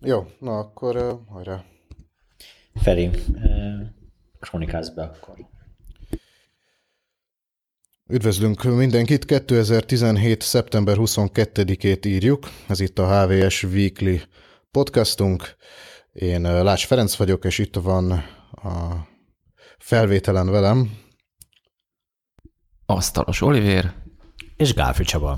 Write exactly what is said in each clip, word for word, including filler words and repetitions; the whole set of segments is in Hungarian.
Jó, na akkor uh, hajrá. Feri, eh, krónikázz be akkor. Üdvözlünk mindenkit, kétezer-tizenhét. szeptember huszonkettedikét írjuk, ez itt a há vé es Weekly podcastunk. Én uh, Lász Ferenc vagyok, és itt van a felvételen velem. Asztalos Olivér. És Gálfi Csaba.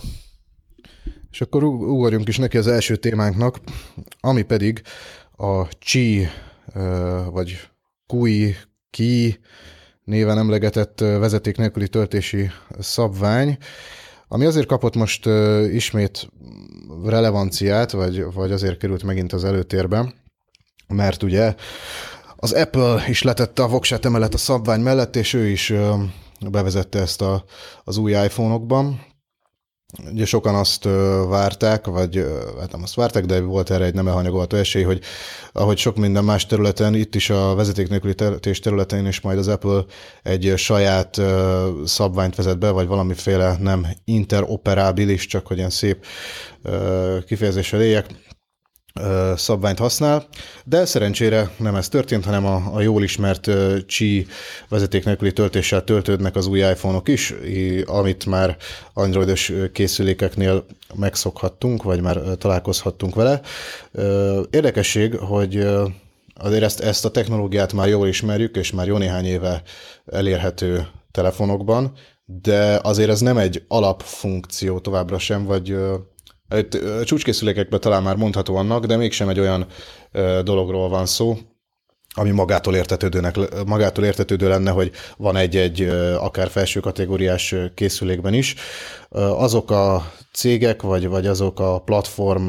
És akkor ugorjunk is neki az első témánknak, ami pedig a Qi, uh, vagy Qi, Qi néven emlegetett vezeték nélküli töltési szabvány, ami azért kapott most uh, ismét relevanciát, vagy, vagy azért került megint az előtérbe, mert ugye az Apple is letette a voksát emellett a szabvány mellett, és ő is uh, bevezette ezt a, az új iPhone-okban. Ugye sokan azt uh, várták, vagy uh, hát nem azt várták, de volt erre egy nem elhanyagolható esély, hogy ahogy sok minden más területen, itt is a vezeték nélküli töltés területén is majd az Apple egy saját uh, szabványt vezet be, vagy valamiféle nem interoperábilis, csak hogy ilyen szép uh, kifejezéssel éljek, szabványt használ, de szerencsére nem ez történt, hanem a, a jól ismert Qi vezeték nélküli töltéssel töltődnek az új iPhone-ok is, amit már androidos készülékeknél megszokhattunk, vagy már találkozhattunk vele. Érdekesség, hogy azért ezt, ezt a technológiát már jól ismerjük, és már jó néhány éve elérhető telefonokban, de azért ez nem egy alapfunkció továbbra sem, vagy csúcskészülékekben talán már mondható annak, de mégsem egy olyan dologról van szó, ami magától értetődőnek, magától értetődő lenne, hogy van egy-egy akár felső kategóriás készülékben is. Azok a cégek, vagy, vagy azok a platform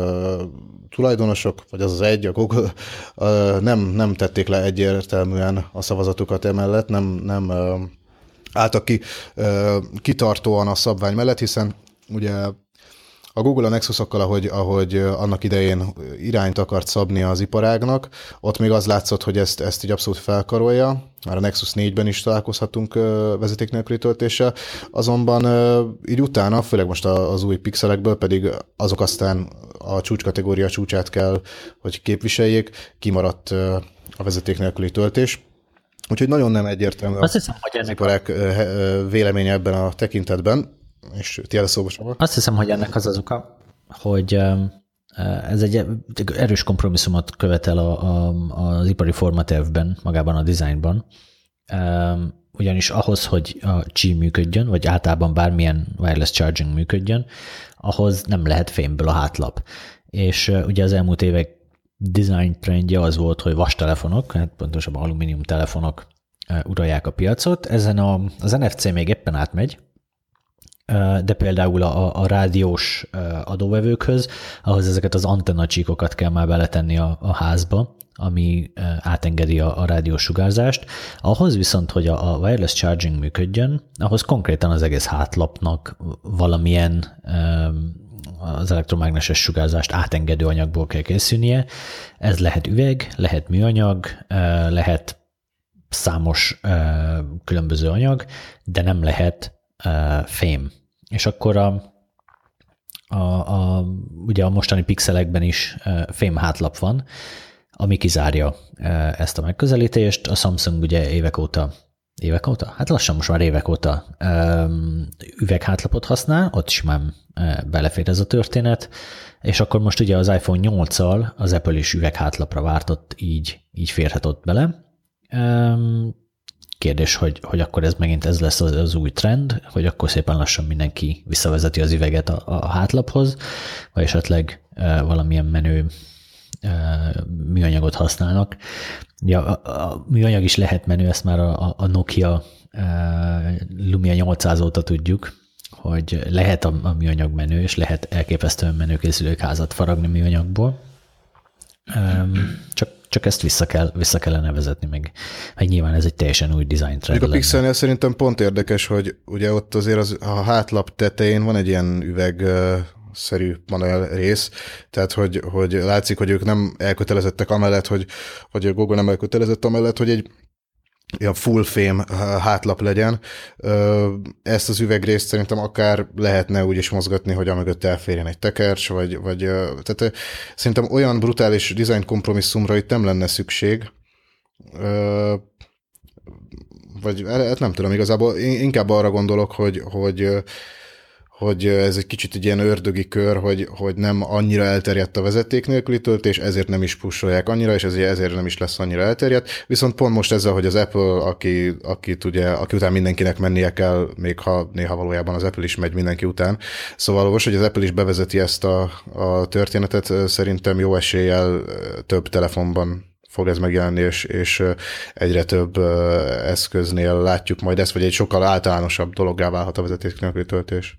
tulajdonosok, vagy az az egy, a Google, nem, nem tették le egyértelműen a szavazatukat emellett, nem, nem álltak ki kitartóan a szabvány mellett, hiszen ugye a Google a Nexusokkal, ahogy, ahogy annak idején irányt akart szabni az iparágnak, ott még az látszott, hogy ezt, ezt így abszolút felkarolja. Már a Nexus négyben is találkozhatunk vezeték nélküli töltéssel, azonban így utána, főleg most az új pixelekből pedig azok aztán a csúcskategória csúcsát kell, hogy képviseljék, kimaradt a vezeték nélküli töltés. Úgyhogy nagyon nem egyértelmű Azt hiszem, hogy az ennek iparág a... véleménye ebben a tekintetben. És tiéd a szóba, Csaba? Azt hiszem, hogy ennek az az oka, hogy ez egy erős kompromisszumot követel a, a, az ipari formatervben, magában a dizájnban. Ugyanis ahhoz, hogy a Qi működjön, vagy általában bármilyen wireless charging működjön, ahhoz nem lehet fémből a hátlap. És ugye az elmúlt évek design trendje az volt, hogy vastelefonok, hát pontosabban alumínium telefonok uralják a piacot. Ezen a, az en ef cé még éppen átmegy, de például a, a rádiós adóvevőkhöz, ahhoz ezeket az antennacsíkokat kell már beletenni a, a házba, ami átengedi a, a rádiós sugárzást. Ahhoz viszont, hogy a, a wireless charging működjön, ahhoz konkrétan az egész hátlapnak valamilyen az elektromágneses sugárzást átengedő anyagból kell készülnie. Ez lehet üveg, lehet műanyag, lehet számos különböző anyag, de nem lehet fém. És akkor a, a, a, ugye a mostani pixelekben is fém hátlap van, ami kizárja ezt a megközelítést. A Samsung ugye évek óta, évek óta? Hát lassan most már évek óta üveghátlapot használ, ott simán belefér ez a történet, és akkor most ugye az iPhone nyolccal az Apple is üveghátlapra váltott, így, így férhet ott bele. Kérdés, hogy, hogy akkor ez megint ez lesz az, az új trend, hogy akkor szépen lassan mindenki visszavezeti az üveget a, a hátlaphoz, vagy esetleg e, valamilyen menő e, műanyagot használnak. Ugye a, a műanyag is lehet menő, ezt már a, a Nokia e, Lumia nyolcszáz óta tudjuk, hogy lehet a, a műanyag menő, és lehet elképesztően menő készülékházat faragni műanyagból. E, csak Csak ezt vissza, kell, vissza kellene vezetni meg. Hát nyilván ez egy teljesen új design trend. A Pixelnél szerintem pont érdekes, hogy ugye ott azért az, a hátlap tetején van egy ilyen üvegszerű panel rész, tehát hogy, hogy látszik, hogy ők nem elkötelezettek amellett, hogy, hogy a Google nem elkötelezett amellett, hogy egy ilyen full fém hátlap legyen. Ezt az üvegrészt szerintem akár lehetne úgy is mozgatni, hogy amögött elférjen egy tekercs, vagy, vagy tehát szerintem olyan brutális design kompromisszumra itt nem lenne szükség. Vagy hát nem tudom, igazából inkább arra gondolok, hogy, hogy hogy ez egy kicsit egy ilyen ördögi kör, hogy, hogy nem annyira elterjedt a vezeték nélküli töltés, ezért nem is pusolják annyira, és ezért, ezért nem is lesz annyira elterjedt. Viszont pont most ezzel, hogy az Apple, aki, aki, ugye, aki után mindenkinek mennie kell, még ha néha valójában az Apple is megy mindenki után. Szóval most, hogy az Apple is bevezeti ezt a, a történetet, szerintem jó eséllyel több telefonban fog ez megjelenni, és, és egyre több eszköznél látjuk majd ezt, vagy egy sokkal általánosabb dologgá válhat a vezeték nélküli töltés.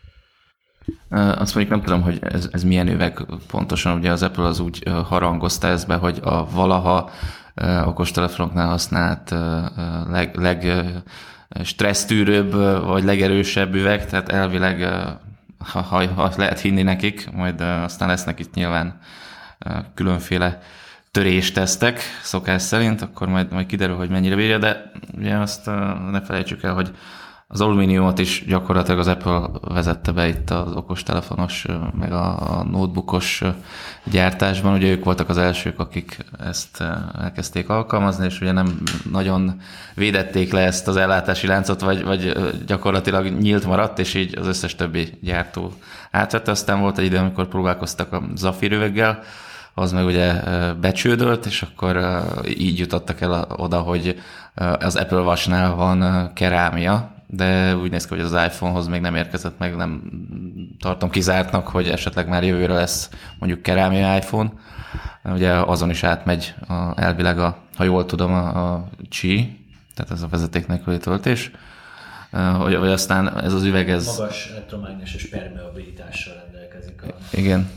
Azt mondjuk nem tudom, hogy ez, ez milyen üveg pontosan, ugye az Apple az úgy harangozta ezt be, hogy a valaha okostelefonoknál használt leg, leg stressztűrőbb, vagy legerősebb üveg, tehát elvileg, ha, ha, ha lehet hinni nekik, majd aztán lesznek itt nyilván különféle töréstesztek szokás szerint, akkor majd, majd kiderül, hogy mennyire bírja, de ugye azt ne felejtsük el, hogy az alumíniumot is gyakorlatilag az Apple vezette be itt az okostelefonos, meg a notebookos gyártásban. Ugye ők voltak az elsők, akik ezt elkezdték alkalmazni, és ugye nem nagyon védették le ezt az ellátási láncot, vagy, vagy gyakorlatilag nyílt maradt, és így az összes többi gyártó átvette. Aztán volt egy idő, amikor próbálkoztak a Zafir üveggel, az meg ugye becsődölt, és akkor így jutottak el oda, hogy az Apple Watch-nál van kerámia, de úgy néz ki, hogy az iPhone-hoz még nem érkezett meg, nem tartom kizártnak, hogy esetleg már jövőre lesz mondjuk kerámia iPhone. Ugye azon is átmegy a, elvileg, a, ha jól tudom, a, a Qi, tehát ez a vezeték nélküli töltés, hogy, hogy aztán ez az üveg, ez... Magas elektromágneses permeabilitással rendelkezik. A... Igen.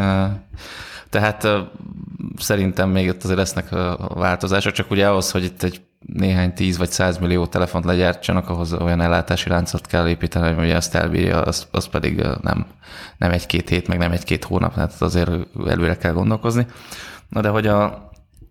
Tehát szerintem még itt azért lesznek változások, csak ugye ahhoz, hogy itt egy néhány tíz vagy százmillió telefont legyártsanak, ahhoz olyan ellátási láncot kell építeni, hogy ugye ezt elbírja, az, az pedig nem, nem egy-két hét, meg nem egy-két hónap, tehát azért előre kell gondolkozni. Na de hogy a, a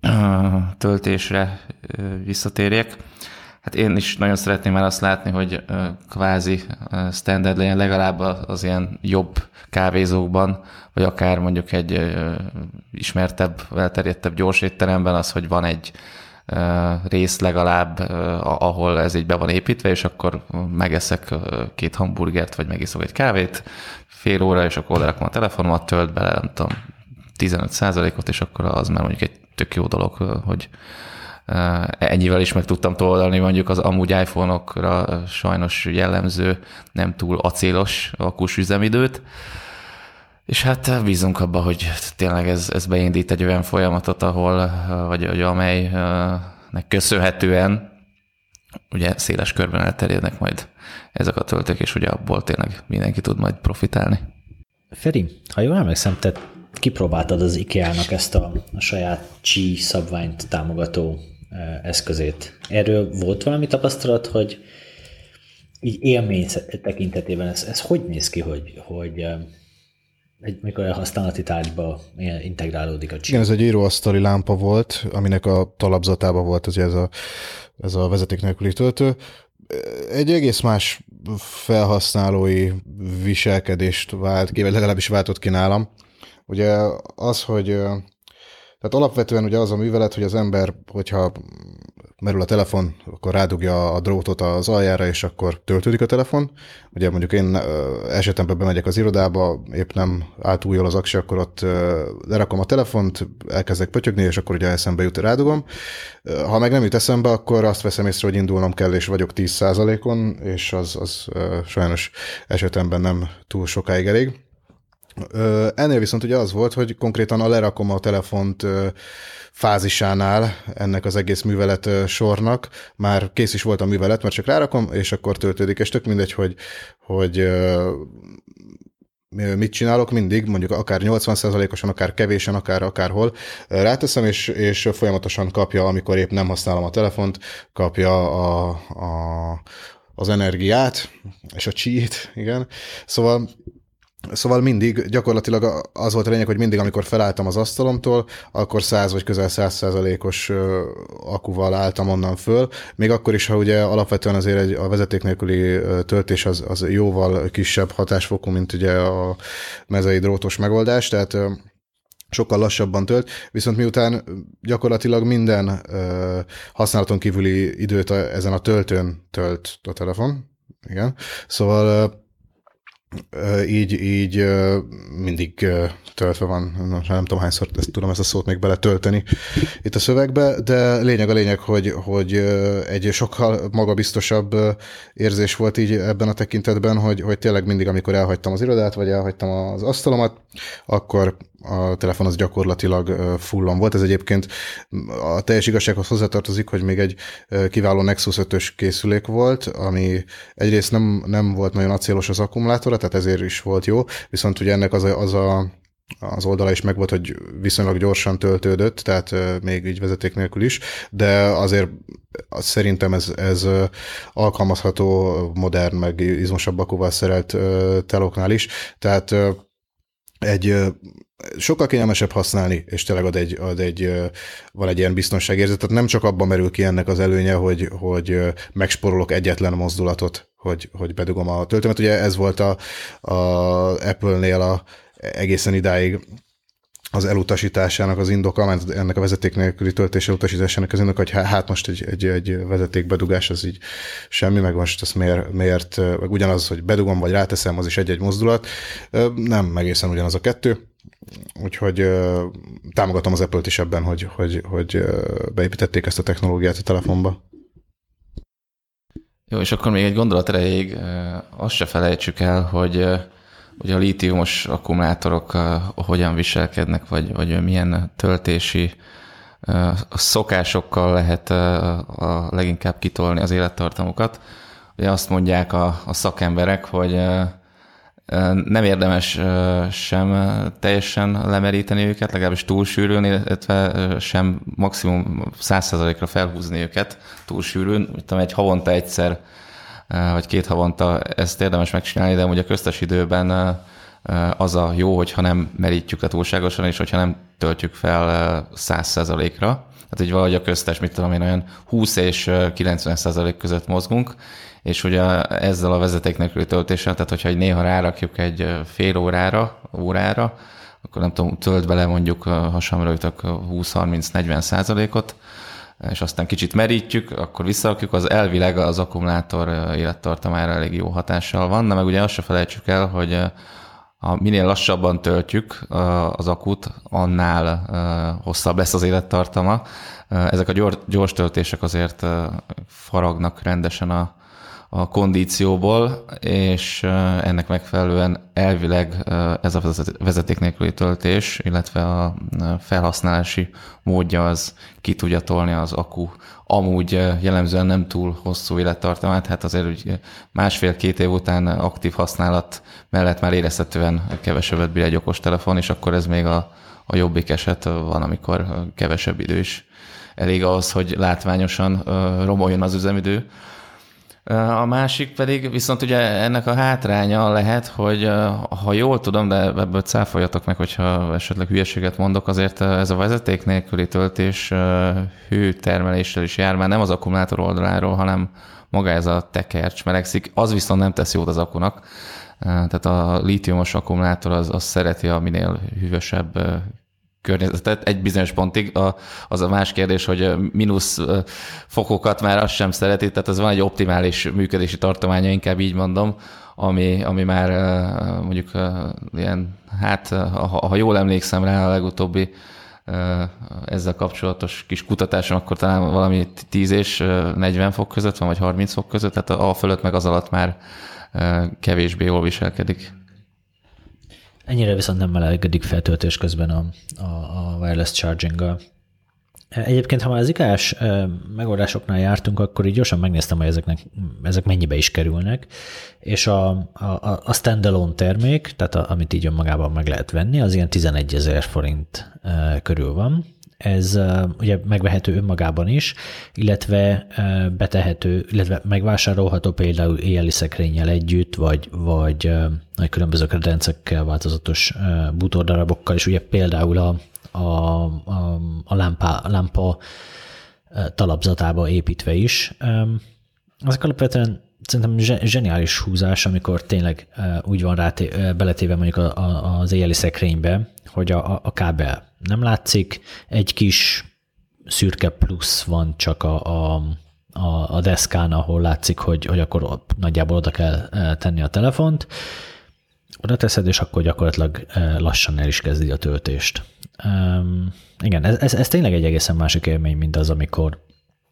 töltésre visszatérjek, hát én is nagyon szeretném már azt látni, hogy kvázi standard legyen legalább az ilyen jobb kávézókban, vagy akár mondjuk egy ismertebb, elterjedtebb gyors étteremben az, hogy van egy rész legalább, ahol ez így be van építve, és akkor megeszek két hamburgert, vagy megiszok egy kávét, fél óra, és akkor odarakom a telefonomat, tölt bele, nem tudom, tizenöt százalékot, és akkor az már mondjuk egy tök jó dolog, hogy ennyivel is meg tudtam toldani mondjuk az amúgy iPhone-okra sajnos jellemző, nem túl acélos akkus üzemidőt, és hát bízunk abba, hogy tényleg ez, ez beindít egy olyan folyamatot, ahol, vagy, vagy amelynek köszönhetően ugye széles körben elterjednek majd ezek a töltők, és ugye abból tényleg mindenki tud majd profitálni. Feri, ha jól emlékszem, te kipróbáltad az IKEA-nak ezt a, a saját Qi szabványt támogató eszközét. Erről volt valami tapasztalat, hogy így élmény tekintetében ez, ez hogy néz ki, hogy, hogy egy, mikor a használati tárgyba integrálódik a Qi? Igen, ez egy íróasztali lámpa volt, aminek a talapzatában volt az, ez a, ez a vezeték nélküli töltő. Egy egész más felhasználói viselkedést vált ki, vagy legalábbis váltott ki nálam. Ugye az, hogy tehát alapvetően ugye az a művelet, hogy az ember, hogyha merül a telefon, akkor rádugja a drótot az aljára, és akkor töltődik a telefon. Ugye mondjuk én esetemben bemegyek az irodába, épp nem állt újjól az aksi, akkor ott lerakom a telefont, elkezdek pötyögni, és akkor ugye eszembe jut, rádugom. Ha meg nem jut eszembe, akkor azt veszem észre, hogy indulnom kell, és vagyok tíz százalékon, és az, az sajnos esetemben nem túl sokáig elég. Ennél viszont ugye az volt, hogy konkrétan a lerakom a telefont fázisánál ennek az egész művelet sornak, már kész is volt a művelet, mert csak rárakom, és akkor töltődik, és tök mindegy, hogy, hogy mit csinálok mindig, mondjuk akár nyolcvan százalékosan, akár kevésen, akár akárhol ráteszem, és, és folyamatosan kapja, amikor épp nem használom a telefont, kapja a, a, az energiát, és a Qi-t, igen. Szóval Szóval mindig, gyakorlatilag az volt a lényeg, hogy mindig, amikor felálltam az asztalomtól, akkor száz vagy közel száz százalékos akuval álltam onnan föl. Még akkor is, ha ugye alapvetően azért egy, a vezeték nélküli töltés az, az jóval kisebb hatásfokú, mint ugye a mezei drótos megoldás, tehát sokkal lassabban tölt, viszont miután gyakorlatilag minden használaton kívüli időt ezen a töltőn tölt a telefon, igen, szóval így, így mindig töltve van, nem tudom hányszor ezt, tudom ezt a szót még beletölteni itt a szövegbe, de lényeg a lényeg, hogy, hogy egy sokkal magabiztosabb érzés volt így ebben a tekintetben, hogy, hogy tényleg mindig, amikor elhagytam az irodát, vagy elhagytam az asztalomat, akkor a telefon az gyakorlatilag fullon volt. Ez egyébként a teljes igazsághoz hozzátartozik, hogy még egy kiváló Nexus ötös készülék volt, ami egyrészt nem, nem volt nagyon acélos az akkumulátora, tehát ezért is volt jó, viszont ugye ennek az a, az, a, az oldala is megvolt, hogy viszonylag gyorsan töltődött, tehát még így vezeték nélkül is, de azért szerintem ez, ez alkalmazható modern, meg izmosabb akkuval szerelt telóknál is, tehát egy sokkal kényelmesebb használni, és tényleg ad egy, ad egy, van egy ilyen biztonságérzet, tehát nem csak abban merül ki ennek az előnye, hogy, hogy megsporolok egyetlen mozdulatot, hogy, hogy bedugom a töltőmet. Ugye ez volt a, a Apple-nél a, egészen idáig az elutasításának az indoka, mert ennek a vezeték nélküli töltés elutasításának az indoka, hogy hát most egy, egy, egy vezetékbedugás az így semmi, meg most ezt miért, miért, meg ugyanaz, hogy bedugom vagy ráteszem, az is egy-egy mozdulat. Nem egészen ugyanaz a kettő. Úgyhogy uh, támogatom az Apple-t is ebben, hogy, hogy, hogy uh, beépítették ezt a technológiát a telefonba. Jó, és akkor még egy gondolat erejéig uh, azt se felejtsük el, hogy uh, ugye a lítiumos akkumulátorok uh, hogyan viselkednek, vagy, vagy milyen töltési uh, szokásokkal lehet uh, a leginkább kitolni az élettartamukat. Ugye azt mondják a, a szakemberek, hogy uh, nem érdemes sem teljesen lemeríteni őket, legalábbis túlsűrűn, illetve sem maximum száz százalékra felhúzni őket túlsűrűn. Tudom, egy havonta egyszer, vagy két havonta ezt érdemes megcsinálni, de ugye a köztes időben az a jó, hogyha nem merítjük le túlságosan, és hogyha nem töltjük fel száz százalékra. Tehát, hogy valahogy a köztes, mit tudom én, olyan húsz és kilencven százalék között mozgunk, és ugye ezzel a vezeték nélküli töltéssel, tehát hogyha néha rárakjuk egy fél órára, órára, akkor nem tudom, tölt bele mondjuk, hasonlítok húsz-harminc-negyven százalékot, és aztán kicsit merítjük, akkor visszarakjuk, az elvileg az akkumulátor élettartamára elég jó hatással van, de meg ugye azt se felejtsük el, hogy a minél lassabban töltjük az akut, annál hosszabb lesz az élettartama. Ezek a gyors, gyors töltések azért faragnak rendesen a a kondícióból, és ennek megfelelően elvileg ez a vezeték nélküli töltés, illetve a felhasználási módja az ki tudja tolni az akku amúgy jellemzően nem túl hosszú élettartamát, hát azért úgy másfél-két év után aktív használat mellett már érezhetően kevesebbet bír egy okostelefon, és akkor ez még a, a jobbik eset, van, amikor kevesebb idő is elég ahhoz, hogy látványosan romoljon az üzemidő. A másik pedig viszont ugye ennek a hátránya lehet, hogy ha jól tudom, de ebből cáfoljatok meg, hogyha esetleg hülyeséget mondok, azért ez a vezeték nélküli töltés hőtermeléssel is jár, már nem az akkumulátor oldaláról, hanem maga ez a tekercs melegszik, az viszont nem tesz jót az akunak. Tehát a lítiumos akkumulátor az, az szereti a minél hűvösebb környezetet egy bizonyos pontig. A, az a más kérdés, hogy mínusz fokokat már azt sem szereti, tehát az van egy optimális működési tartománya, inkább így mondom, ami, ami már mondjuk ilyen, hát ha, ha jól emlékszem rá a legutóbbi ezzel kapcsolatos kis kutatásom, akkor talán valami tíz és negyven fok között van, vagy harminc fok között, tehát a, a fölött meg az alatt már kevésbé jól viselkedik. Ennyire viszont nem melegedik feltöltés közben a, a, a wireless charging-gal. Egyébként, ha már az ikás megoldásoknál jártunk, akkor így gyorsan megnéztem, hogy ezeknek, ezek mennyibe is kerülnek, és a, a, a standalone termék, tehát a, amit így önmagában meg lehet venni, az ilyen tizenegyezer forint körül van, ez ugye megvehető önmagában is, illetve betehető, illetve megvásárolható például éjjeli szekrényel együtt, vagy, vagy nagy különböző kredencekkel, változatos bútordarabokkal, és ugye például a, a, a, a lámpa, a lámpa talapzatába építve is. Ezek alapvetően szerintem zseniális húzás, amikor tényleg úgy van rá beletéve mondjuk a, a, az éjjeli szekrénybe, hogy a, a kábel nem látszik, egy kis szürke plusz van csak a, a, a, a deszkán, ahol látszik, hogy, hogy akkor nagyjából oda kell tenni a telefont, oda teszed, és akkor gyakorlatilag lassan el is kezdi a töltést. Um, igen, ez, ez, ez tényleg egy egészen másik élmény, mint az, amikor,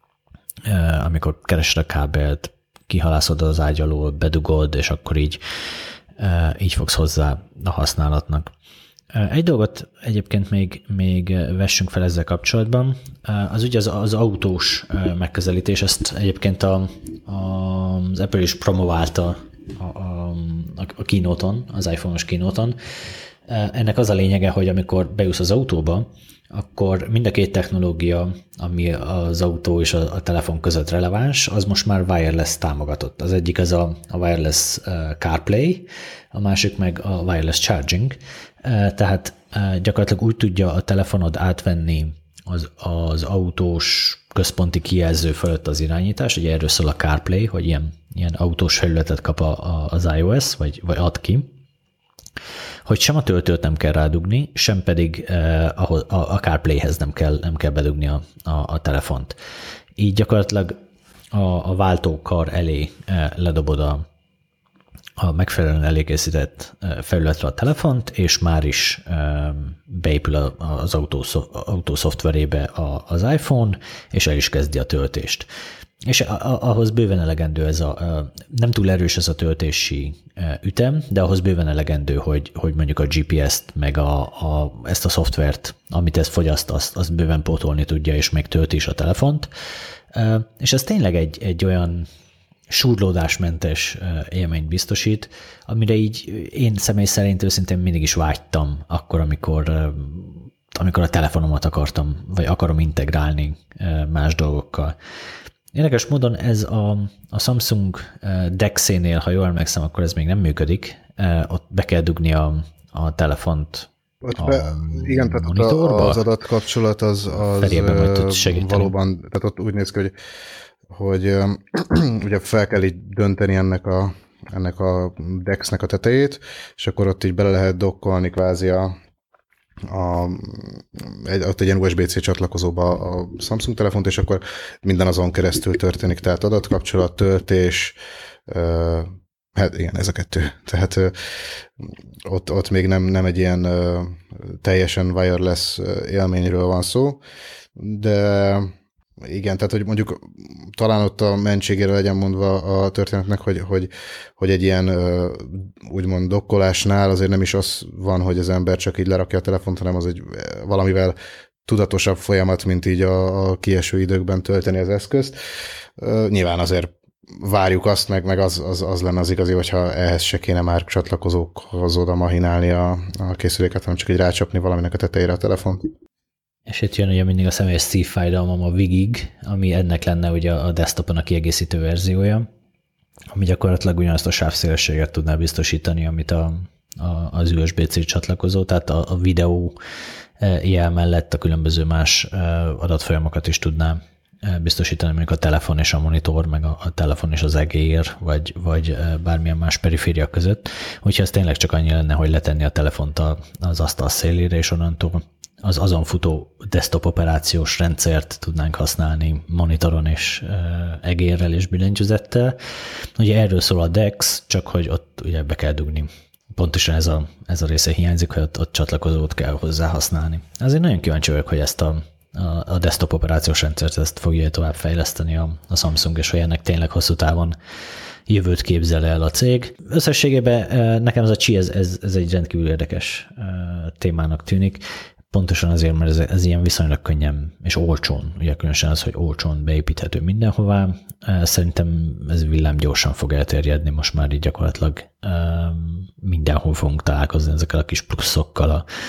uh, amikor keresed a kábelt, kihalászod az ágy alól, bedugod, és akkor így, uh, így fogsz hozzá a használatnak. Uh, egy dolgot egyébként még, még vessünk fel ezzel kapcsolatban, uh, az ugye az, az autós uh, megközelítés, ezt egyébként a, a, az Apple is promoválta a, a, a keynote-on, az iPhone-os keynote-on. Ennek az a lényege, hogy amikor bejusz az autóba, akkor mind a két technológia, ami az autó és a, a telefon között releváns, az most már wireless támogatott. Az egyik az a, a wireless CarPlay, a másik meg a wireless charging. Tehát gyakorlatilag úgy tudja a telefonod átvenni az, az autós központi kijelző fölött az irányítás, ugye erről szól a CarPlay, hogy ilyen, ilyen autós felületet kap a, a, az iOS, vagy, vagy ad ki, hogy sem a töltőt nem kell rádugni, sem pedig eh, a, a CarPlayhez nem kell, nem kell bedugni a, a, a telefont. Így gyakorlatilag a, a váltókar elé eh, ledobod a, a megfelelően elékészített felületre a telefont, és már is eh, beépül a, az autó, autó szoftverébe az iPhone, és el is kezdi a töltést. És ahhoz bőven elegendő ez a, nem túl erős ez a töltési ütem, de ahhoz bőven elegendő, hogy, hogy mondjuk a gé pé es-t, meg a, a, ezt a szoftvert, amit ez fogyaszt, azt, azt bőven pótolni tudja, és még tölti is a telefont. És ez tényleg egy, egy olyan súrlódásmentes élményt biztosít, amire így én személy szerint őszintén mindig is vágytam, akkor, amikor, amikor a telefonomat akartam, vagy akarom integrálni más dolgokkal. Érdekes módon ez a, a Samsung Dex-énél, ha jól emlékszem, akkor ez még nem működik. Ott be kell dugni a, a telefont ott a be, igen, tehát monitorba. Az adatkapcsolat az, az valóban, tehát ott úgy néz ki, hogy, hogy ugye fel kell így dönteni ennek a, ennek a Dex-nek a tetejét, és akkor ott így bele lehet dokkolni kvázi a A, egy, ott egy ilyen u es bé cé csatlakozóba a Samsung telefont, és akkor minden azon keresztül történik, tehát adatkapcsolat, töltés, uh, hát igen, ez a kettő. Tehát uh, ott, ott még nem, nem egy ilyen uh, teljesen wireless élményről van szó, de igen, tehát hogy mondjuk talán ott a mentségére legyen mondva a történetnek, hogy, hogy, hogy egy ilyen úgymond dokkolásnál azért nem is az van, hogy az ember csak így lerakja a telefont, hanem az egy valamivel tudatosabb folyamat, mint így a, a kieső időkben tölteni az eszközt. Nyilván azért várjuk azt, meg, meg az, az, az lenne az igazi, hogyha ehhez se kéne már csatlakozókhoz oda mahinálni a, a készüléket, hanem csak így rácsapni valaminek a tetejére a telefont. És itt jön ugye mindig a személyes szívfájdalmam a Vigig, ami ennek lenne ugye a desktopon a kiegészítő verziója, ami gyakorlatilag ugyanazt a sávszélességet tudná biztosítani, amit a, a, az u es bé cé csatlakozó, tehát a, a videó jel mellett a különböző más adatfolyamokat is tudná biztosítani, mondjuk a telefon és a monitor, meg a, a telefon és az egér, vagy, vagy bármilyen más periféria között. Úgyhogy ez tényleg csak annyi lenne, hogy letenni a telefont az asztal szélére, és onnantól az azon futó desktop operációs rendszert tudnánk használni monitoron és egérrel és billentyűzettel. Ugye erről szól a Dex, csak hogy ott ugye be kell dugni. Pontosan ez a, ez a része hiányzik, hogy ott, ott csatlakozót kell hozzá használni. Azért nagyon kíváncsi vagyok, hogy ezt a, a, a desktop operációs rendszert ezt fogja tovább fejleszteni a, a Samsung, és hogy ennek tényleg hosszú távon jövőt képzel el a cég. Összességében nekem ez a Qi, ez, ez, ez egy rendkívül érdekes témának tűnik. Pontosan azért, mert ez, ez ilyen viszonylag könnyen és olcsón, ugye különösen az, hogy olcsón beépíthető mindenhová. Szerintem ez villám gyorsan fog elterjedni, most már így gyakorlatilag mindenhol fogunk találkozni ezekkel a kis pluszokkal a,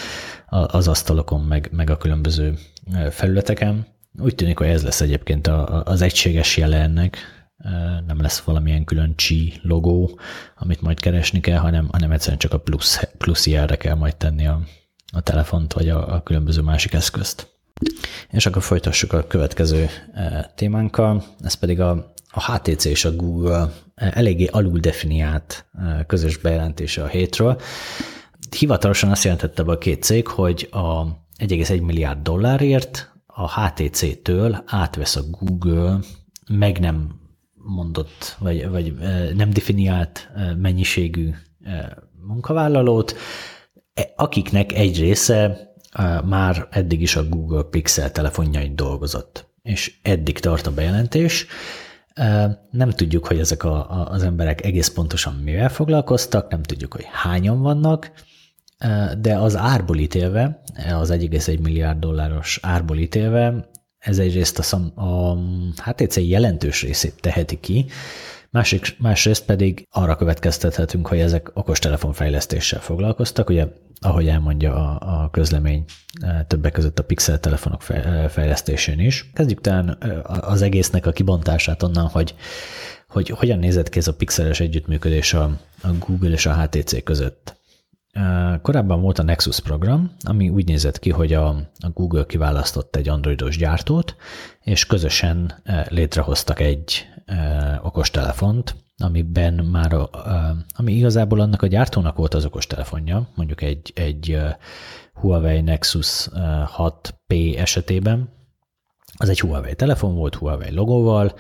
az asztalokon, meg, meg a különböző felületeken. Úgy tűnik, hogy ez lesz egyébként az egységes jele ennek, nem lesz valamilyen külön Qi logó, amit majd keresni kell, hanem, hanem egyszerűen csak a plusz, plusz jelre kell majd tenni a, a telefont, vagy a, a különböző másik eszközt. És akkor folytassuk a következő témánkkal, ez pedig a, a há té cé és a Google eléggé alul definiált közös bejelentése a hétről. Hivatalosan azt jelentette be a két cég, hogy a egy egész egy milliárd dollárért a há té cé-től átvesz a Google meg nem mondott, vagy, vagy nem definiált mennyiségű munkavállalót, akiknek egy része már eddig is a Google Pixel telefonjain dolgozott. És eddig tart a bejelentés. Nem tudjuk, hogy ezek a, a, az emberek egész pontosan mivel foglalkoztak, nem tudjuk, hogy hányan vannak, de az árból ítélve, az egy egész egy milliárd dolláros árból ítélve, ez egyrészt a, szam, a há té cé jelentős részét teheti ki, másik, másrészt pedig arra következtethetünk, hogy ezek okostelefonfejlesztéssel foglalkoztak, ugye ahogy elmondja a, a közlemény, többek között a Pixel telefonok fejlesztésén is. Kezdjük talán az egésznek a kibontását onnan, hogy, hogy hogyan nézett ki ez a pixeles együttműködés a, a Google és a há té cé között. Korábban volt a Nexus program, ami úgy nézett ki, hogy a, a Google kiválasztott egy androidos gyártót, és közösen létrehoztak egy okostelefont, amiben már, ami igazából annak a gyártónak volt az okostelefonja, mondjuk egy, egy Huawei Nexus hat P esetében. Az egy Huawei telefon volt, Huawei logóval,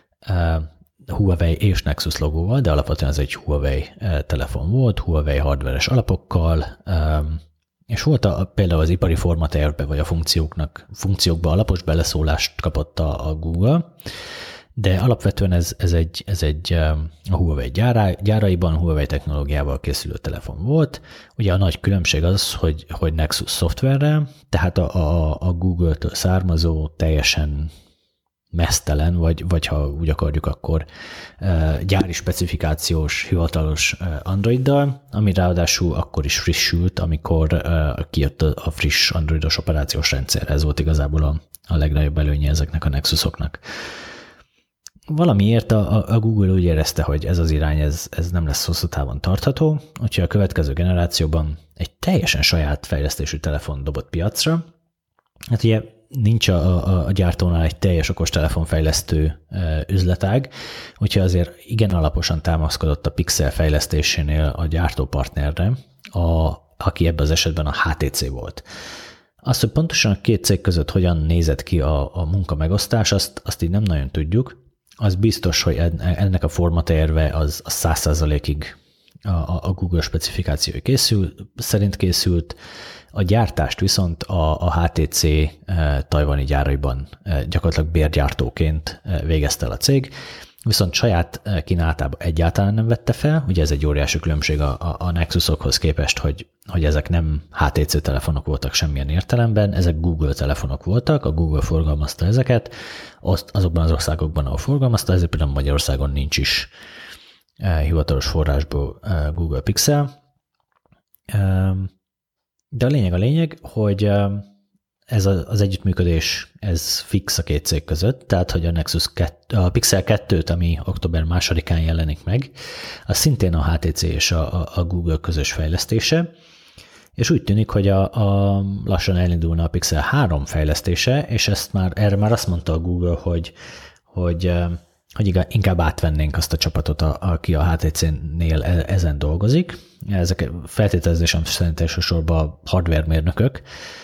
Huawei és Nexus logóval, de alapvetően ez egy Huawei telefon volt, Huawei hardveres alapokkal, és volt a, például az ipari formatervbe, vagy a funkcióknak, funkciókba alapos beleszólást kapott a, a Google, de alapvetően ez, ez egy, ez egy a Huawei gyárá, gyáraiban, Huawei technológiával készülő telefon volt. Ugye a nagy különbség az, hogy, hogy Nexus szoftverrel, tehát a, a, a Google-től származó, teljesen meztelen, vagy, vagy ha úgy akarjuk, akkor gyári specifikációs, hivatalos Androiddal, ami ráadásul akkor is frissült, amikor kijött a friss androidos operációs rendszer. Ez volt igazából a, a legnagyobb előnye ezeknek a Nexusoknak. Valamiért a, a Google úgy érezte, hogy ez az irány, ez, ez nem lesz hosszú távon tartható, úgyhogy a következő generációban egy teljesen saját fejlesztésű telefon dobott piacra. Hát ugye nincs a, a, a gyártónál egy teljes okostelefonfejlesztő e, üzletág, úgyhogy azért igen alaposan támaszkodott a Pixel fejlesztésénél a gyártópartnerre, a, aki ebben az esetben a há té cé volt. Azt, hogy pontosan a két cég között hogyan nézett ki a, a munka megosztás, azt, azt így nem nagyon tudjuk. Az biztos, hogy ennek a formaterve az száz százalékig a, a Google specifikációi készül, szerint készült, a gyártást viszont a, a há té cé e, tajvani gyáraiban e, gyakorlatilag bérgyártóként e, végezte el a cég, viszont saját kínálatába egyáltalán nem vette fel, ugye ez egy óriási különbség a, a, a Nexusokhoz képest, hogy, hogy ezek nem há té cé telefonok voltak semmilyen értelemben, ezek Google telefonok voltak, a Google forgalmazta ezeket, azt, azokban az országokban, ahol forgalmazta, ezért például Magyarországon nincs is e, hivatalos forrásból e, Google Pixel. E, de a lényeg a lényeg, hogy ez az együttműködés, ez fix a két cég között, tehát hogy a Nexus kettő, a Pixel kettőt, ami október másodikán jelenik meg, az szintén a há té cé és a, a Google közös fejlesztése, és úgy tűnik, hogy a, a lassan elindulna a Pixel három fejlesztése, és ezt már, erre már azt mondta a Google, hogy, hogy, hogy inkább átvennénk azt a csapatot, a, aki a há té cé-nél ezen dolgozik. Ezek feltételezésem szerint elsősorban a hardware mérnökök,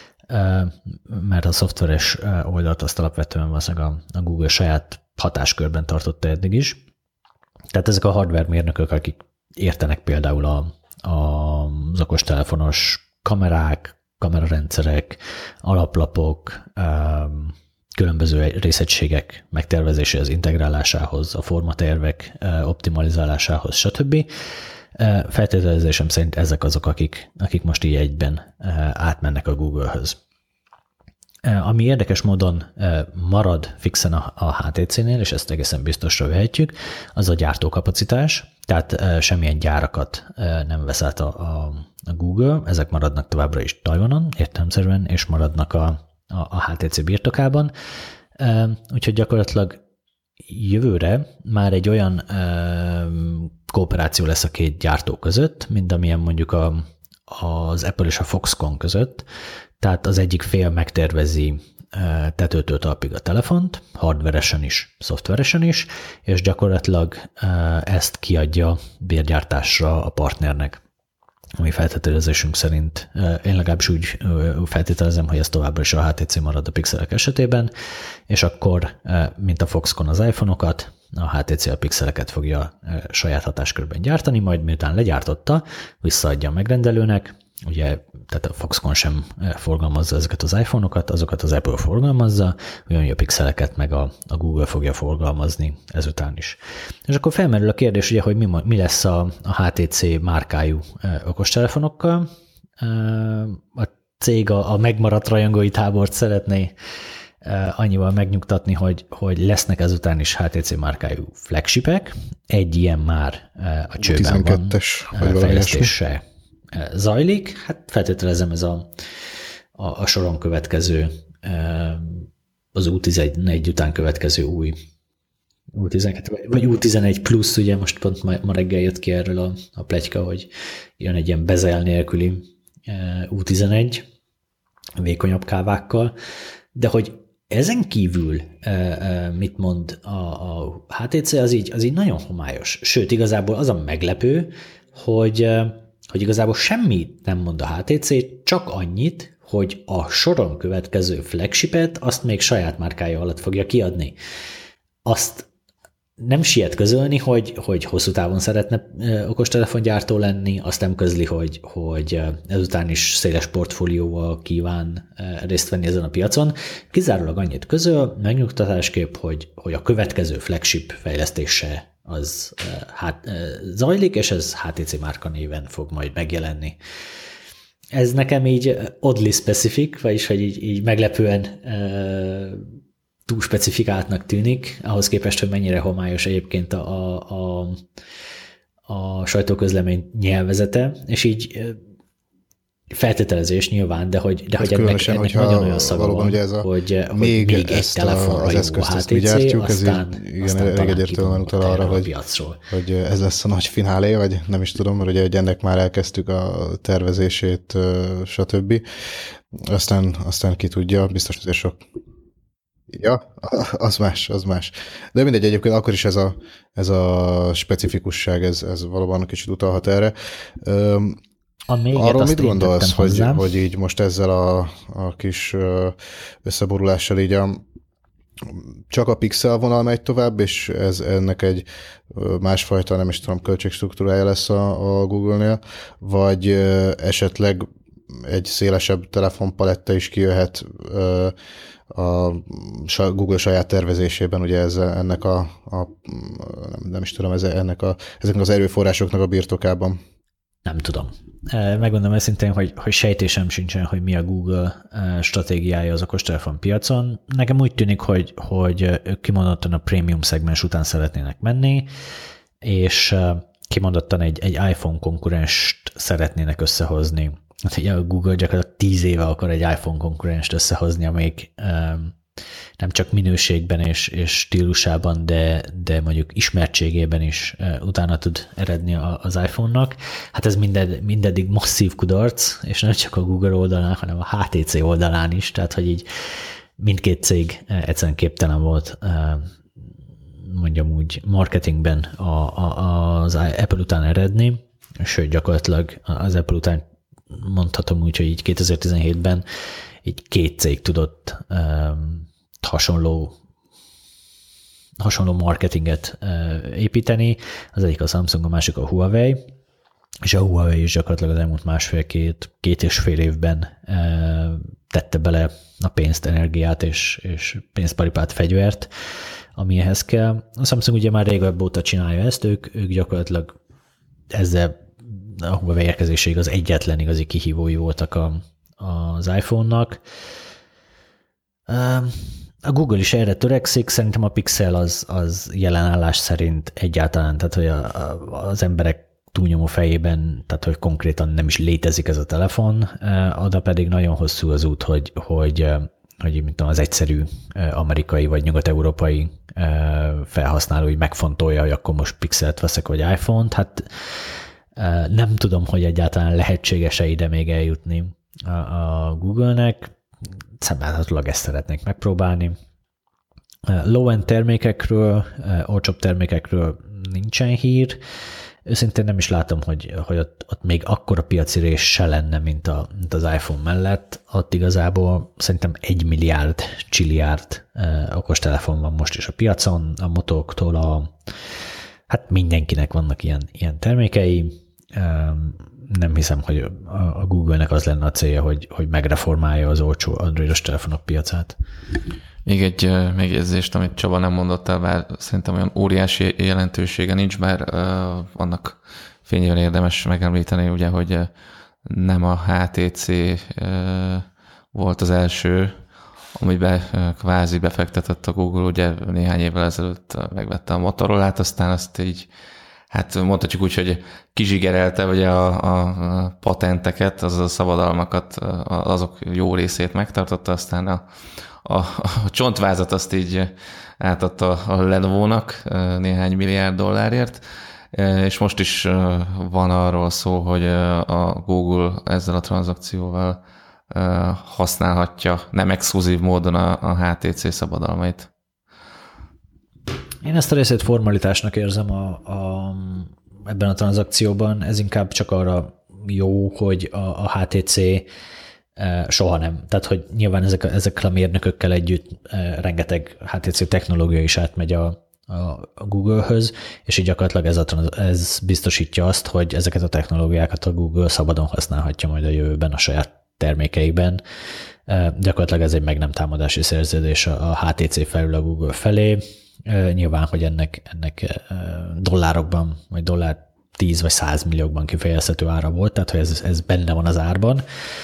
mert a szoftveres oldalt azt alapvetően valószínűleg a Google saját hatáskörben tartotta eddig is. Tehát ezek a hardware mérnökök, akik értenek például a, a, az okostelefonos kamerák, kamerarendszerek, alaplapok, különböző részegységek megtervezéséhez, integrálásához, a formatervek optimalizálásához, stb. Feltételezésem szerint ezek azok, akik, akik most így egyben átmennek a Google-höz. Ami érdekes módon marad fixen a, a há té cé-nél, és ezt egészen biztosra vehetjük, az a gyártókapacitás. tehát semmilyen gyárakat nem vesz át a, a, a Google, ezek maradnak továbbra is Tajvanon értelemszerűen, és maradnak a, a, a há té cé birtokában. Úgyhogy gyakorlatilag jövőre már egy olyan kooperáció lesz a két gyártó között, mint amilyen mondjuk a, az Apple és a Foxconn között, tehát az egyik fél megtervezi tetőtől talpig a telefont, hardveresen is, szoftveresen is, és gyakorlatilag ezt kiadja bérgyártásra a partnernek, ami feltételezésünk szerint, én legalábbis úgy feltételezem, hogy ez továbbra is a há té cé marad a pixelek esetében, és akkor, mint a Foxconn az iPhone-okat, a há té cé a pixeleket fogja saját hatáskörben gyártani, majd miután legyártotta, visszaadja a megrendelőnek, ugye, tehát a Foxconn sem forgalmazza ezeket az iPhone-okat, azokat az Apple forgalmazza, ugyanúgy a pixeleket meg a, a Google fogja forgalmazni ezután is. És akkor felmerül a kérdés, ugye, hogy mi, mi lesz a, a há té cé márkájú e, okostelefonokkal. E, a cég a, a megmaradt rajongói tábort szeretné e, annyival megnyugtatni, hogy, hogy lesznek ezután is há té cé márkájú flagshipek. Egy ilyen már e, a csőben van e, fejlesztése zajlik. Hát feltételezem ez a, a, a soron következő, az U tizenegy után következő új U tizenkettő, vagy U tizenegy plusz, ugye most pont ma, ma reggel jött ki erről a, a pletyka, hogy jön egy ilyen bezel nélküli U tizenegy vékonyabb kávákkal, de hogy ezen kívül mit mond a, a há té cé, az így, az így nagyon homályos. Sőt, igazából az a meglepő, hogy hogy igazából semmit nem mond a há té cé, csak annyit, hogy a soron következő flagshipet azt még saját márkája alatt fogja kiadni. Azt nem siet közölni, hogy, hogy hosszú távon szeretne okostelefongyártó lenni, azt nem közli, hogy, hogy ezután is széles portfólióval kíván részt venni ezen a piacon. Kizárólag annyit közöl, megnyugtatásképp, hogy, hogy a következő flagship fejlesztése az hát, zajlik, és ez há té cé márka néven fog majd megjelenni. Ez nekem így oddly specific, vagyis hogy így, így meglepően uh, túl specifikáltnak tűnik, ahhoz képest, hogy mennyire homályos egyébként a, a, a, a sajtóközlemény nyelvezete, és így feltételezés nyilván, de hogy, de hogy ennek, ennek nagyon olyan szaga van, ez a, hogy, még, hogy még egy telefonra jó a há té cé, gyártjuk, aztán, ez így, aztán igen, elég egyértelműen utal arra, hogy, hogy ez lesz a nagy finálé, vagy nem is tudom, mert ugye hogy ennek már elkezdtük a tervezését, stb. Aztán, aztán ki tudja, biztos azért sok. Ja, az más, az más. De mindegy, egyébként akkor is ez a, ez a specifikusság, ez, ez valóban kicsit utalhat erre. Arról mit gondolsz, hogy, hogy így most ezzel a, a kis összeborulással így a, csak a pixel vonal megy tovább, és ez ennek egy másfajta, nem is tudom, költségstruktúrája lesz a, a Google-nél, vagy esetleg egy szélesebb telefonpaletta is kijöhet a Google saját tervezésében, ugye ez, ennek a, a nem, nem is tudom, ez, ennek a, ezeknek az erőforrásoknak a birtokában. Nem tudom. Megmondom őszintén, hogy, hogy sejtésem sincsen, hogy mi a Google stratégiája az okostelefon piacon. Nekem úgy tűnik, hogy, hogy ők kimondottan a prémium szegmens után szeretnének menni, és kimondottan egy, egy iPhone konkurenst szeretnének összehozni. Hát a Google gyakorlatilag tíz éve akar egy iPhone konkurenst összehozni, amelyik nem csak minőségben és, és stílusában, de, de mondjuk ismertségében is utána tud eredni az iPhone-nak. Hát ez minded, mindeddig masszív kudarc, és nem csak a Google oldalán, hanem a há té cé oldalán is, tehát hogy így mindkét cég egyszerűen képtelen volt, mondjam úgy, marketingben a, a, az Apple után eredni, sőt gyakorlatilag az Apple után mondhatom úgy, hogy így kétezer-tizenhétben így két cég tudott um, hasonló, hasonló marketinget uh, építeni. Az egyik a Samsung, a másik a Huawei, és a Huawei is gyakorlatilag az elmúlt másfél-két, két és fél évben uh, tette bele a pénzt, energiát és, és pénzparipát, fegyvert, ami ehhez kell. A Samsung ugye már régebb óta csinálja ezt, ők, ők gyakorlatilag ezzel a Huawei érkezéséig az egyetlen igazi kihívói voltak a, az iPhone-nak. A Google is erre törekszik, szerintem a Pixel az, az jelenállás szerint egyáltalán, tehát hogy a, a, az emberek túlnyomó fejében, tehát hogy konkrétan nem is létezik ez a telefon, oda pedig nagyon hosszú az út, hogy, hogy, hogy mint tudom, az egyszerű amerikai vagy nyugat-európai felhasználói megfontolja, hogy akkor most Pixelt veszek, vagy iPhone-t. Hát nem tudom, hogy egyáltalán lehetséges-e ide még eljutni a, a Google-nek. Szemlélhetőleg ezt szeretnék megpróbálni. Low-end termékekről, olcsóbb termékekről nincsen hír. Őszintén nem is látom, hogy, hogy ott, ott még akkora piaci rés se lenne, mint, a, mint az iPhone mellett. Ott igazából szerintem egy milliárd, csilliárd eh, okostelefon van most is a piacon, a motóktól a, hát mindenkinek vannak ilyen, ilyen termékei. Eh, nem hiszem, hogy a, a Google-nek az lenne a célja, hogy, hogy megreformálja az olcsó androidos telefonok piacát. Még egy megjegyzést, amit Csaba nem mondott el, bár szerintem olyan óriási jelentősége nincs, bár uh, vannak fényében érdemes megemlíteni, ugye, hogy nem a há té cé uh, volt az első, amiben uh, kvázi befektetett a Google, ugye néhány évvel ezelőtt megvette a Motorolát, aztán azt így, hát mondhatjuk úgy, hogy kizsigerelte ugye a, a patenteket, azaz a szabadalmakat, azok jó részét megtartotta, aztán a A, a csontvázat azt így átadta a Lenovo-nak néhány milliárd dollárért, és most is van arról szó, hogy a Google ezzel a tranzakcióval használhatja nem exkluzív módon a, a há té cé szabadalmait. Én ezt a részét formalitásnak érzem a, a, ebben a tranzakcióban. Ez inkább csak arra jó, hogy a, a há té cé soha nem. Tehát, hogy nyilván ezek a, ezekkel a mérnökökkel együtt rengeteg há té cé technológia is átmegy a, a Google-höz, és így gyakorlatilag ez, a, ez biztosítja azt, hogy ezeket a technológiákat a Google szabadon használhatja majd a jövőben a saját termékeiben. Gyakorlatilag ez egy meg nem támadási szerződés a há té cé felül a Google felé. Nyilván, hogy ennek, ennek dollárokban, vagy dollár tíz vagy száz milliókban kifejezhető ára volt, tehát hogy ez, ez benne van az árban.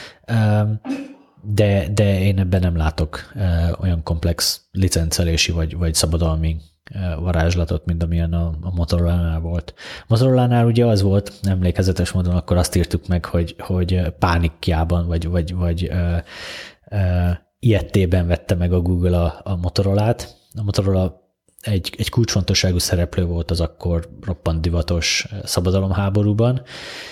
De, de én ebben nem látok olyan komplex licencelési vagy, vagy szabadalmi varázslatot, mint amilyen a, a Motorola-nál volt. A Motorola-nál ugye az volt, emlékezetes módon akkor azt írtuk meg, hogy, hogy pánikjában, vagy, vagy, vagy ö, ö, ilyettében vette meg a Google a, a Motorolát. A Motorola egy, egy kulcsfontosságú szereplő volt az akkor roppant divatos szabadalomháborúban.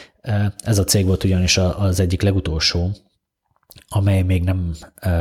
Ez a cég volt ugyanis az egyik legutolsó, amely még nem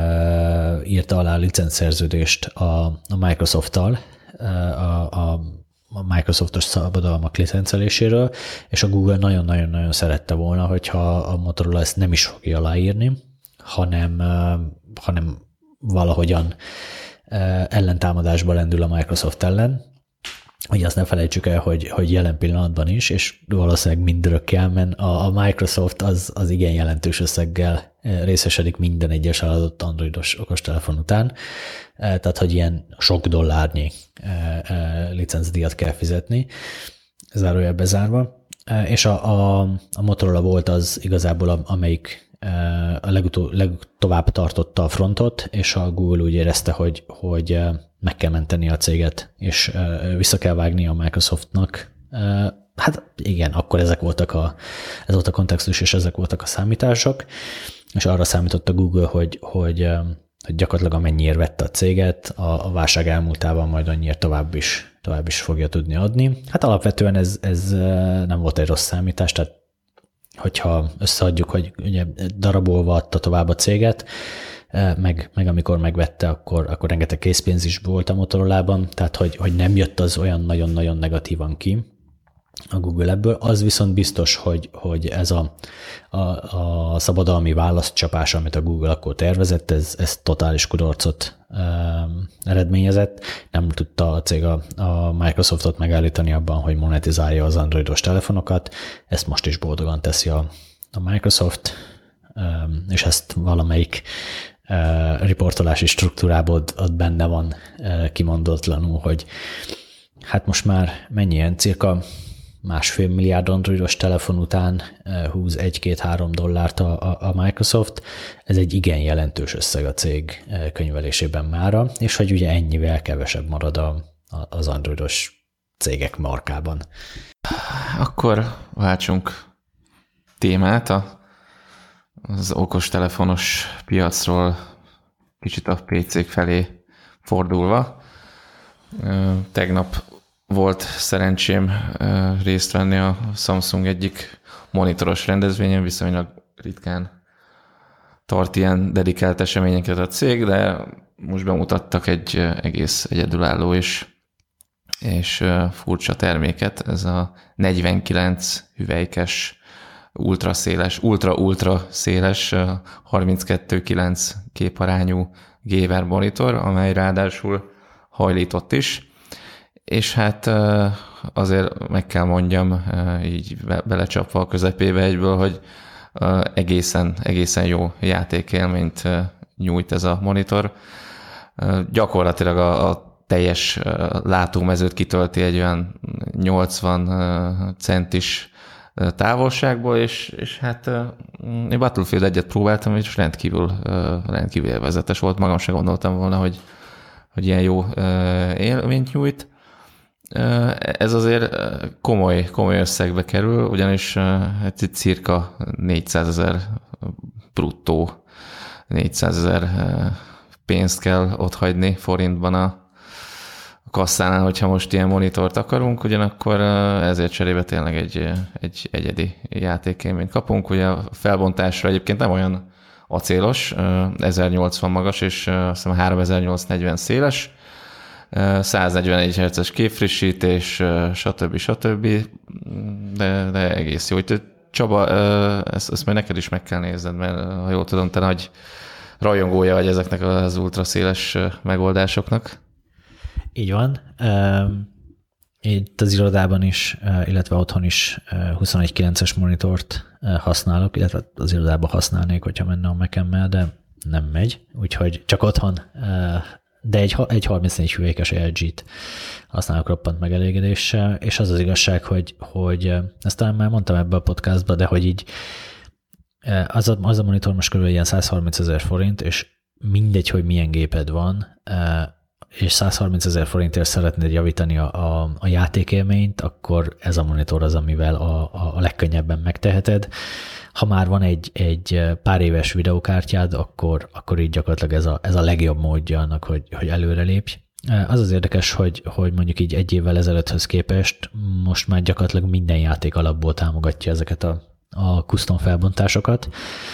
uh, írta alá a licencszerződést a, a Microsoft-tal, uh, a, a, a Microsoftos szabadalmak licenceléséről, és a Google nagyon-nagyon-nagyon szerette volna, hogyha a Motorola ezt nem is fogja aláírni, hanem, uh, hanem valahogyan uh, ellentámadásba lendül a Microsoft ellen. Ugye azt ne felejtsük el, hogy, hogy jelen pillanatban is, és valószínűleg mindörökkel, mert a, a Microsoft az, az igen jelentős összeggel részesedik minden egyes eladott androidos okostelefon után, tehát hogy ilyen sok dollárnyi licencdíjat kell fizetni, zárójel bezárva, és a, a, a Motorola volt az igazából, amelyik a legutó, legtovább tartotta a frontot, és a Google úgy érezte, hogy, hogy meg kell menteni a céget, és vissza kell vágni a Microsoftnak. Hát igen, akkor ezek voltak a, ez volt a kontextus, és ezek voltak a számítások, és arra számított a Google, hogy, hogy, hogy gyakorlatilag amennyiért vette a céget, a, a válság elmúltával majd annyiért tovább is, tovább is fogja tudni adni. Hát alapvetően ez, ez nem volt egy rossz számítás, tehát hogyha összeadjuk, hogy ugye darabolva adta tovább a céget, meg, meg amikor megvette, akkor, akkor rengeteg készpénz is volt a Motorolában, tehát hogy, hogy nem jött az olyan nagyon-nagyon negatívan ki a Google ebből. Az viszont biztos, hogy, hogy ez a, a, a szabadalmi válaszcsapás, amit a Google akkor tervezett, ez, ez totális kudarcot um, eredményezett. Nem tudta a cég a, a Microsoftot megállítani abban, hogy monetizálja az androidos telefonokat. Ezt most is boldogan teszi a, a Microsoft, um, és ezt valamelyik uh, riportolási struktúrában ott, ott benne van uh, kimondatlanul, hogy hát most már mennyien, cirka másfél milliárd androidos telefon után húz egy-két-három dollárt a, a Microsoft. Ez egy igen jelentős összeg a cég könyvelésében mára, és hogy ugye ennyivel kevesebb marad a, az androidos cégek markában. Akkor váltsunk témát a, az okostelefonos piacról kicsit a pé cék felé fordulva. Tegnap volt szerencsém részt venni a Samsung egyik monitoros rendezvényen, viszonylag ritkán tart ilyen dedikált eseményeket a cég, de most bemutattak egy egész egyedülálló és, és furcsa terméket. Ez a negyvenkilenc hüvelykes, ultraszéles, ultra-ultra széles, harminckettő kilenc képarányú gamer monitor, amely ráadásul hajlított is. És hát azért meg kell mondjam, így belecsapva a közepébe egyből, hogy egészen, egészen jó játékélményt nyújt ez a monitor. Gyakorlatilag a, a teljes látómezőt kitölti egy olyan nyolcvan centis távolságból, és, és hát én Battlefield egyet próbáltam, és rendkívül, rendkívül élvezetes volt. Magam sem gondoltam volna, hogy, hogy ilyen jó élményt nyújt. Ez azért komoly, komoly összegbe kerül, ugyanis hát itt cirka négyszázezer bruttó, négyszázezer pénzt kell otthagyni forintban a kasszánál, hogyha most ilyen monitort akarunk, ugyanakkor ezért cserébe tényleg egy, egy egyedi játékélményt kapunk. Ugye a felbontásra egyébként nem olyan acélos, ezernyolcvan magas, és azt hiszem háromezer-nyolcszáznegyven széles, száznegyvenegy hertzes képfrissítés, stb. stb. De, de egész jó. Úgyhogy Csaba, ezt, ezt majd neked is meg kell nézned, mert ha jól tudom, te nagy rajongója vagy ezeknek az ultraszéles megoldásoknak. Így van. Itt az irodában is, illetve otthon is huszonegy kilences monitort használok, illetve az irodában használnék, hogyha menne a Mac-emmel, de nem megy, úgyhogy csak otthon, de egy, egy harmincnégy hüvelykes el gét használok roppant megelégedéssel, és az az igazság, hogy, hogy ezt talán már mondtam ebbe a podcastba, de hogy így az a, az a monitor most kb. Ilyen százharminc ezer forint, és mindegy, hogy milyen géped van, és százharminc ezer forintért szeretnéd javítani a, a, a játékélményt, akkor ez a monitor az, amivel a, a, a legkönnyebben megteheted. Ha már van egy, egy pár éves videokártyád, akkor, akkor így gyakorlatilag ez a, ez a legjobb módja annak, hogy, hogy előrelépj. Az az érdekes, hogy, hogy mondjuk így egy évvel ezelőtthöz képest most már gyakorlatilag minden játék alapból támogatja ezeket a, a custom felbontásokat.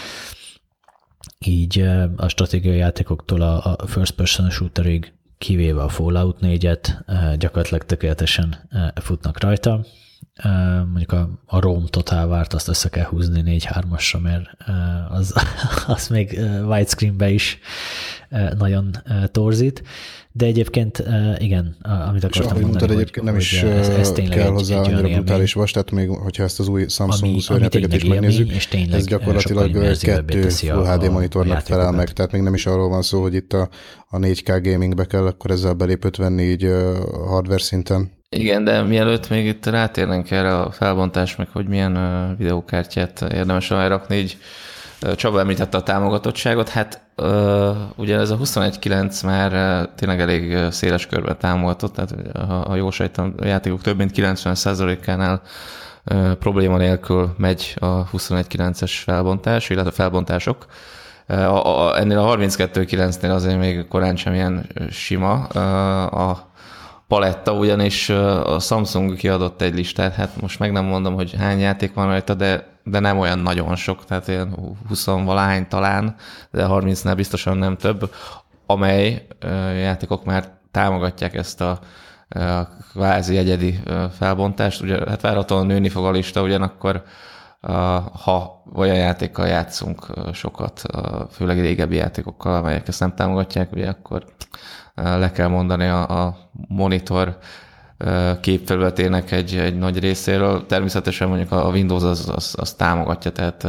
Így a stratégiai játékoktól a, a first person shooterig, kivéve a Fallout négyet, gyakorlatilag tökéletesen futnak rajta. Mondjuk a, a Rome Total War-t azt össze kell húzni négy hármasra, mert az, az még widescreenbe is nagyon torzít. De egyébként igen, amit akartam mondani, mondtad, egyébként nem is ez, ez kell hozzá egy, annyira brutális vas, tehát még hogyha ezt az új Samsung szörnyeteket is megnézzük, ez gyakorlatilag kettő Full há dé monitornak felel meg, tehát még nem is arról van szó, hogy itt a, a négy ká gamingbe kell akkor ezzel belépőt venni így uh, hardware szinten. Igen, de mielőtt még itt rátérnénk erre a felbontás, meg hogy milyen uh, videókártyát érdemes rárakni, így uh, Csaba említette a támogatottságot, hát uh, ugye ez a huszonegy kilenc már uh, tényleg elég uh, széles körben támogatott, tehát ha, ha jól sejtem, a játékok több mint kilencven százalékánál uh, probléma nélkül megy a huszonegy kilences felbontás, illetve felbontások. Uh, a, a, ennél a harminckettő kilencnél azért még korán sem ilyen sima uh, a paletta, ugyanis a Samsung kiadott egy listát, hát most meg nem mondom, hogy hány játék van rajta, de, de nem olyan nagyon sok, tehát ilyen húsz-valahány talán, de harmincnál biztosan nem több, amely játékok már támogatják ezt a, a kvázi egyedi felbontást. Ugye, hát várhatóan nőni fog a lista, ugyanakkor ha olyan játékkal játszunk sokat, főleg régebbi játékokkal, amelyek ezt nem támogatják, ugye akkor le kell mondani a, a monitor képfelületének egy, egy nagy részéről. Természetesen mondjuk a Windows az, az, az támogatja, tehát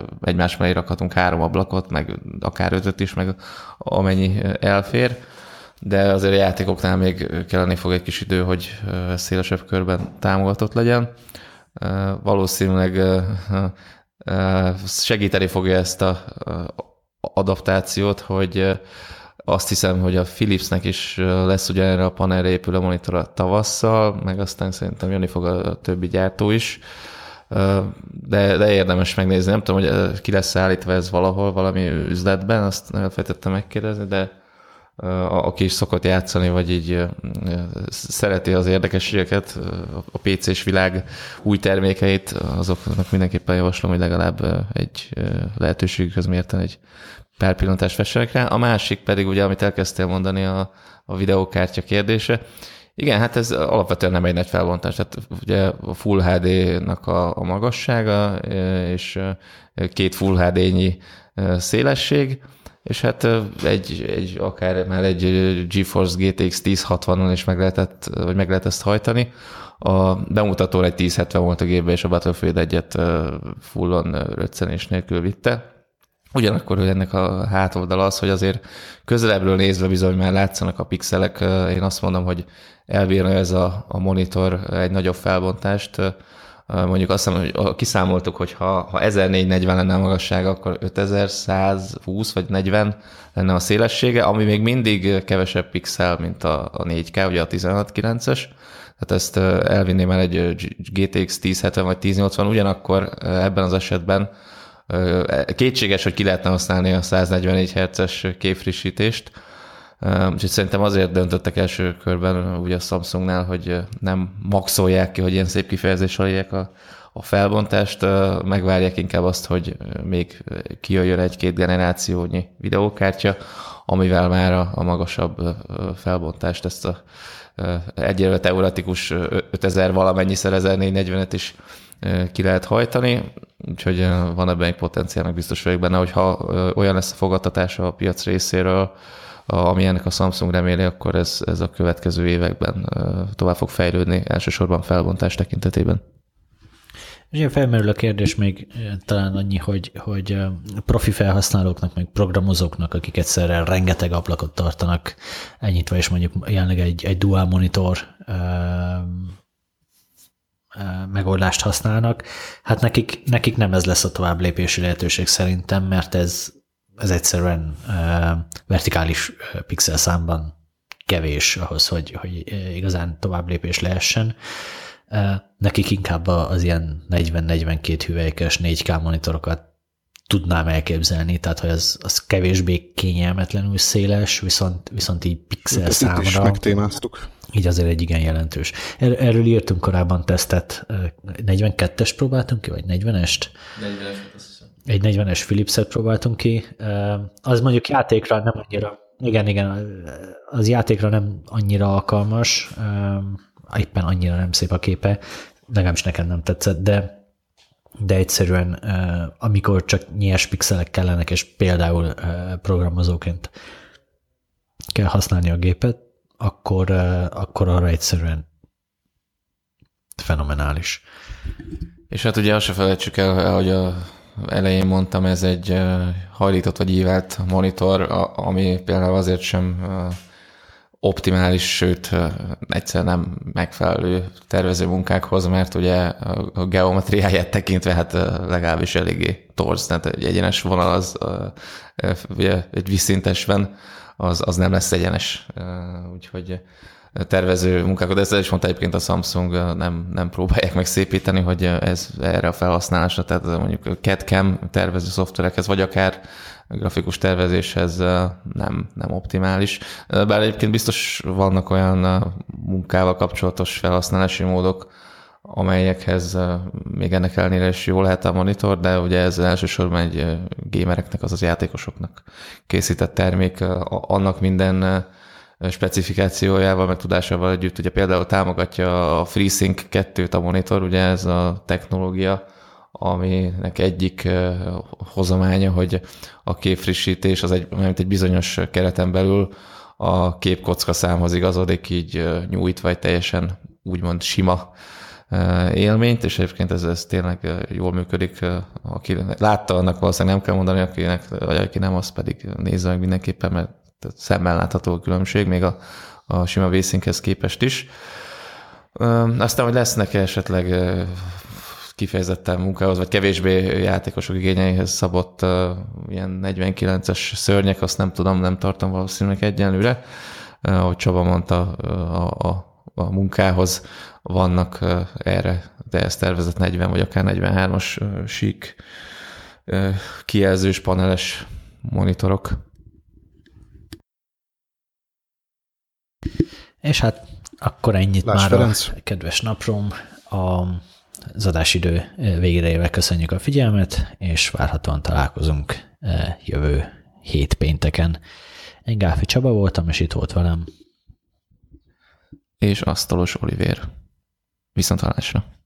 egymás mellé rakhatunk három ablakot, meg akár ötöt is, meg amennyi elfér. de azért a játékoknál még kelleni fog egy kis idő, hogy szélesebb körben támogatott legyen. Valószínűleg segíteni fogja ezt a adaptációt, hogy azt hiszem, hogy a Philipsnek is lesz ugye erre a panelre épülő monitora tavasszal, meg aztán szerintem jönni fog a többi gyártó is, de, de érdemes megnézni. Nem tudom, hogy ki lesz állítva ez valahol, valami üzletben, azt nem elfelejtettem megkérdezni, de a, aki is szokott játszani, vagy így szereti az érdekességeket, a pé cés világ új termékeit, azoknak mindenképpen javaslom, hogy legalább egy lehetőségükhöz mérten egy pár pillantást vessenek rá. A másik pedig, ugye, amit elkezdtél mondani, a, a videókártya kérdése. Igen, hát ez alapvetően nem egy nagy felbontás. Tehát ugye a Full há dé-nak a, a magassága, és két Full há dé-nyi szélesség, és hát egy, egy akár már egy GeForce gé té iksz tíz hatvanon is meg lehetett, vagy meg lehet ezt hajtani. A bemutatón egy tíz hetven volt a gépbe, és a Battlefield egyet fullon röccenés nélkül vitte. Ugyanakkor, hogy ennek a hátoldala az, hogy azért közelebbről nézve bizony már látszanak a pixelek. Én azt mondom, hogy elbírna ez a, a monitor egy nagyobb felbontást. Mondjuk azt mondom, hogy kiszámoltuk, hogy ha, ha ezernégyszáznegyven lenne a magassága, akkor ötezerszázhúsz vagy negyven lenne a szélessége, ami még mindig kevesebb pixel, mint a, a négy ká, ugye a tizenhat kilences. Tehát ezt elvinném el egy gé té iksz tíz hetven vagy tíz nyolcvan, ugyanakkor ebben az esetben kétséges, hogy ki lehetne használni a száznegyvennégy hertzes képfrissítést. Úgyhogy szerintem azért döntöttek első körben ugye a Samsungnál, hogy nem maxolják ki, hogy ilyen szép kifejezés aléják a, a felbontást, megvárják inkább azt, hogy még kijöjjön egy-két generációnyi videókártya, amivel már a, a magasabb felbontást, ezt a egyelőre teoretikus ötezer valamennyiszer ezernégyszáznegyvenet is ki lehet hajtani, úgyhogy van ebben egy potenciálnak biztos vagyok benne, hogyha olyan lesz a fogadtatása a piac részéről, ami ennek a Samsung reméli, akkor ez, ez a következő években tovább fog fejlődni, elsősorban felbontás tekintetében. És ilyen felmerül a kérdés még talán annyi, hogy, hogy profi felhasználóknak, meg programozóknak, akik egyszerre rengeteg ablakot tartanak elnyitva, és mondjuk jelenleg egy, egy dual monitor megoldást használnak, hát nekik, nekik nem ez lesz a tovább lépési lehetőség szerintem, mert ez, ez egyszerűen uh, vertikális pixel számban kevés ahhoz, hogy, hogy igazán tovább lépés lehessen. Uh, nekik inkább az ilyen negyven-negyvenkét hüvelykes négy ká monitorokat tudnám elképzelni, tehát hogy az, az kevésbé kényelmetlenül széles, viszont, viszont így pixel számra. Itt is megtémáztuk. Így azért egy igen jelentős. Er, erről írtunk korábban tesztet, negyvenkettest próbáltunk ki, vagy negyvenest? negyveneset, azt hiszem. Egy negyvenes Philipset próbáltunk ki. Az mondjuk játékra nem annyira, igen, igen, az játékra nem annyira alkalmas, éppen annyira nem szép a képe, legalábbis nekem nem tetszett, de de egyszerűen amikor csak nyers pixelek kellenek, és például programozóként kell használni a gépet, akkor, akkor arra egyszerűen fenomenális. És hát ugye azt se felejtsük el, hogy a elején mondtam, ez egy hajlított vagy ívált monitor, ami például azért sem optimális, sőt egyszer nem megfelelő tervező munkákhoz, mert ugye a geometriáját tekintve hát legalábbis eléggé torz, tehát egy egyenes vonal az ugye egy vízszintesben az, az nem lesz egyenes. Úgyhogy tervező munkákat, ezzel is mondta egyébként a Samsung, nem, nem próbálják meg szépíteni, hogy ez erre a felhasználásra, tehát mondjuk cé á dé-cam tervező szoftverekhez, vagy akár grafikus tervezéshez nem, nem optimális. Bár egyébként biztos vannak olyan munkával kapcsolatos felhasználási módok, amelyekhez még ennek ellenére is jó lehet a monitor, de ugye ez elsősorban egy gamereknek, azaz játékosoknak készített termék, annak minden specifikációjával, meg tudásával együtt. Ugye például támogatja a FreeSync kettőt a monitor, ugye ez a technológia, aminek egyik hozománya, hogy a képfrissítés az egy, mint egy bizonyos kereten belül a képkocka számhoz igazodik, így nyújtva egy teljesen úgymond sima élményt, és egyébként ez, ez tényleg jól működik. Aki látta, annak valószínűleg nem kell mondani, akinek, vagy aki nem, az pedig nézze meg mindenképpen, mert tehát szemmel látható a különbség, még a, a sima V-Synchez képest is. Aztán, hogy lesznek esetleg kifejezetten munkához, vagy kevésbé játékosok igényeihez szabott ilyen negyvenkilences szörnyek, azt nem tudom, nem tartom valószínűleg egyenlőre. Ahogy Csaba mondta, a, a, a munkához vannak erre, de ez tervezett negyven vagy akár negyvenhármas sík kijelzős paneles monitorok. És hát akkor ennyit Láss már Ferenc. a kedves naprom. Az adásidő végére érve köszönjük a figyelmet, és várhatóan találkozunk jövő hét pénteken. Én Gáfi Csaba voltam, és itt volt velem. És Asztalos Olivér. Viszonthallásra.